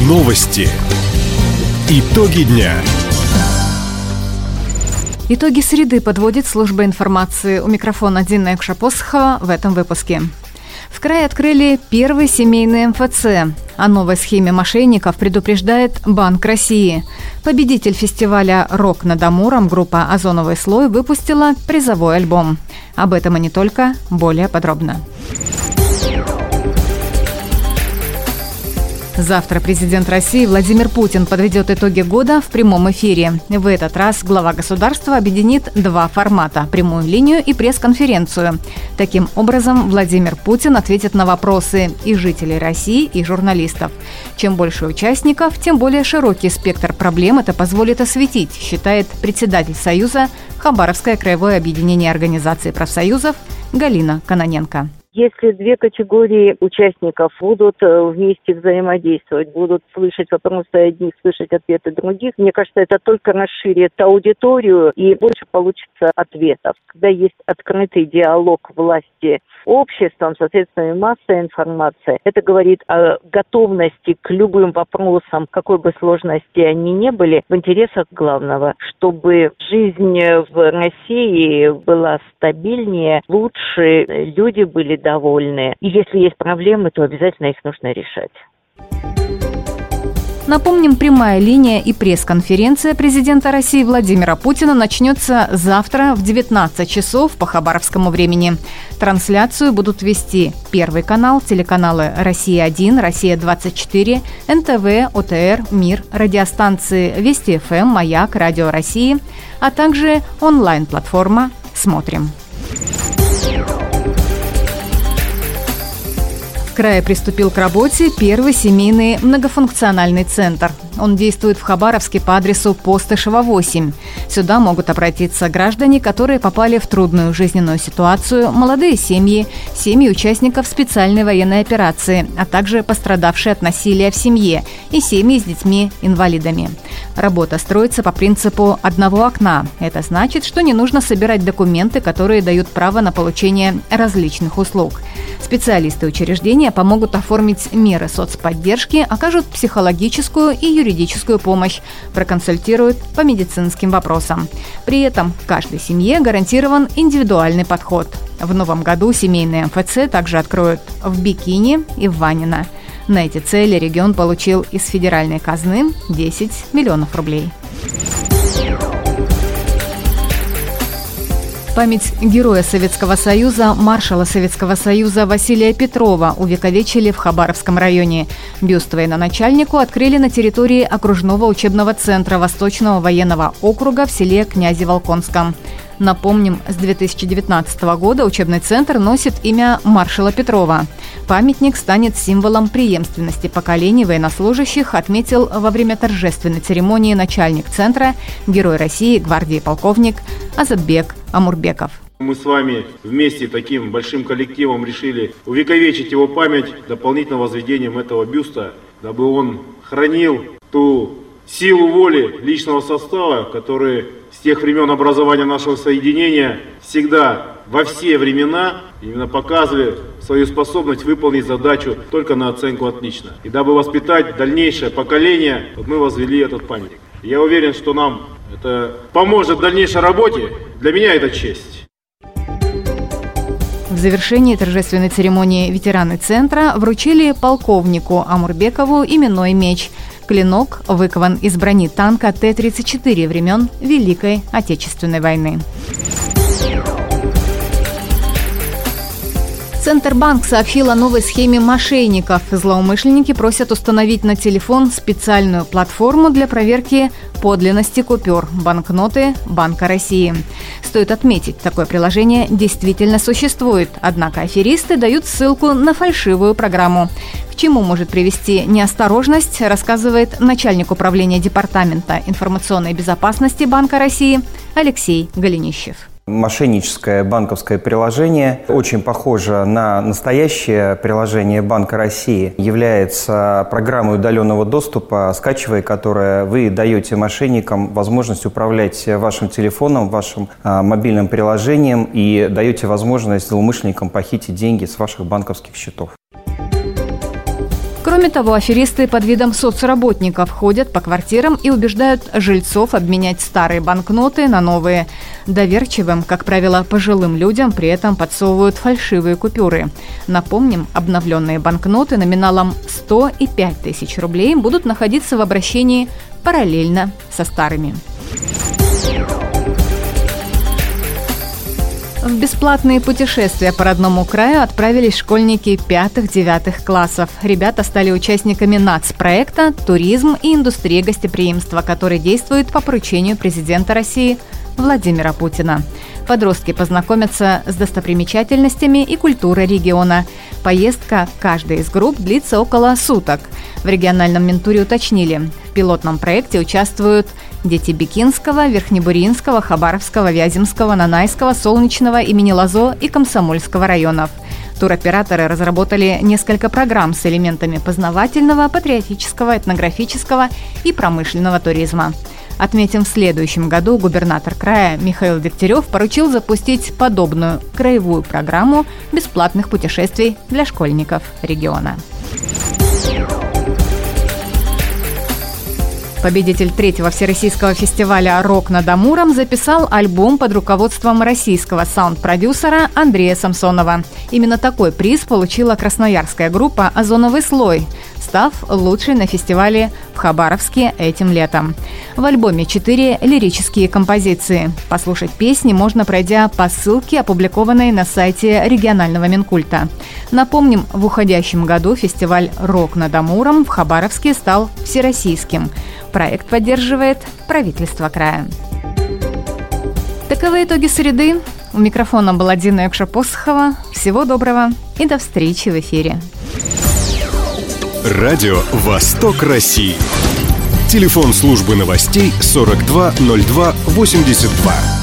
Новости. Итоги дня. Итоги среды подводит служба информации. У микрофона Дина Экшапосхова в этом выпуске. В крае открыли первый семейный МФЦ. О новой схеме мошенников предупреждает Банк России. Победитель фестиваля «Рок над Амуром» группа «Озоновый слой» выпустила призовой альбом. Об этом и не только, более подробно. Завтра президент России Владимир Путин подведет итоги года в прямом эфире. В этот раз глава государства объединит два формата – прямую линию и пресс-конференцию. Таким образом, Владимир Путин ответит на вопросы и жителей России, и журналистов. Чем больше участников, тем более широкий спектр проблем это позволит осветить, считает председатель Союза Хабаровское краевое объединение организаций профсоюзов Галина Кононенко. Если две категории участников будут вместе взаимодействовать, будут слышать вопросы одних, слышать ответы других, мне кажется, это только расширит аудиторию и больше получится ответов. Когда есть открытый диалог власти с обществом, соответственно, и масса информации, это говорит о готовности к любым вопросам, какой бы сложности они ни были, в интересах главного, чтобы жизнь в России была стабильнее, лучше, люди были довольны. И если есть проблемы, то обязательно их нужно решать. Напомним, прямая линия и пресс-конференция президента России Владимира Путина начнется завтра в 19 часов по хабаровскому времени. Трансляцию будут вести Первый канал, телеканалы «Россия-1», «Россия-24», НТВ, ОТР, МИР, радиостанции «Вести ФМ», «Маяк», «Радио России», а также онлайн-платформа «Смотрим». В крае приступил к работе первый семейный многофункциональный центр. Он действует в Хабаровске по адресу Постышева, 8. Сюда могут обратиться граждане, которые попали в трудную жизненную ситуацию, молодые семьи, семьи участников специальной военной операции, а также пострадавшие от насилия в семье и семьи с детьми-инвалидами. Работа строится по принципу одного окна. Это значит, что не нужно собирать документы, которые дают право на получение различных услуг. Специалисты учреждения помогут оформить меры соцподдержки, окажут психологическую и юридическую помощь, проконсультируют по медицинским вопросам. При этом каждой семье гарантирован индивидуальный подход. В новом году семейные МФЦ также откроют в Бикини и в Ванино. На эти цели регион получил из федеральной казны 10 миллионов рублей. Память героя Советского Союза, маршала Советского Союза Василия Петрова увековечили в Хабаровском районе. Бюст военачальнику открыли на территории окружного учебного центра Восточного военного округа в селе Князе-Волконском. Напомним, с 2019 года учебный центр носит имя маршала Петрова. Памятник станет символом преемственности поколений военнослужащих, отметил во время торжественной церемонии начальник центра, герой России, гвардии полковник Азатбек Амурбеков. Мы с вами вместе таким большим коллективом решили увековечить его память дополнительным возведением этого бюста, дабы он хранил ту силу воли личного состава, который с тех времен образования нашего соединения всегда, во все времена, именно показывали свою способность выполнить задачу только на оценку «отлично». И дабы воспитать дальнейшее поколение, мы возвели этот памятник. Я уверен, что нам это поможет в дальнейшей работе. Для меня это честь. В завершении торжественной церемонии ветераны центра вручили полковнику Амурбекову именной меч. Клинок выкован из брони танка Т-34 времен Великой Отечественной войны. Центробанк сообщил о новой схеме мошенников. Злоумышленники просят установить на телефон специальную платформу для проверки подлинности купюр, банкноты Банка России. Стоит отметить, такое приложение действительно существует, однако аферисты дают ссылку на фальшивую программу. К чему может привести неосторожность, рассказывает начальник управления Департамента информационной безопасности Банка России Алексей Голенищев. Мошенническое банковское приложение очень похоже на настоящее приложение Банка России. Является программой удаленного доступа, скачивая которое вы даете мошенникам возможность управлять вашим телефоном, вашим мобильным приложением и даете возможность злоумышленникам похитить деньги с ваших банковских счетов. Кроме того, аферисты под видом соцработников ходят по квартирам и убеждают жильцов обменять старые банкноты на новые. Доверчивым, как правило, пожилым людям при этом подсовывают фальшивые купюры. Напомним, обновленные банкноты номиналом 100 и 5000 рублей будут находиться в обращении параллельно со старыми. В бесплатные путешествия по родному краю отправились школьники 5-9 классов. Ребята стали участниками нацпроекта «Туризм и индустрия гостеприимства», который действует по поручению президента России Владимира Путина. Подростки познакомятся с достопримечательностями и культурой региона. Поездка каждой из групп длится около суток. В региональном Минтуре уточнили, в пилотном проекте участвуют дети Бикинского, Верхнебуринского, Хабаровского, Вяземского, Нанайского, Солнечного, имени Лозо и Комсомольского районов. Туроператоры разработали несколько программ с элементами познавательного, патриотического, этнографического и промышленного туризма. Отметим, в следующем году губернатор края Михаил Дегтярев поручил запустить подобную краевую программу бесплатных путешествий для школьников региона. Победитель 3-го всероссийского фестиваля «Рок над Амуром» записал альбом под руководством российского саунд-продюсера Андрея Самсонова. Именно такой приз получила красноярская группа «Озоновый слой», став лучшей на фестивале в Хабаровске этим летом. В альбоме 4 лирические композиции. Послушать песни можно, пройдя по ссылке, опубликованной на сайте регионального Минкульта. Напомним, в уходящем году фестиваль «Рок над Амуром» в Хабаровске стал всероссийским. Проект поддерживает правительство края. Таковы итоги среды. У микрофона была Дина Якша-Посохова. Всего доброго и до встречи в эфире. Радио «Восток России». Телефон службы новостей 42 02 82.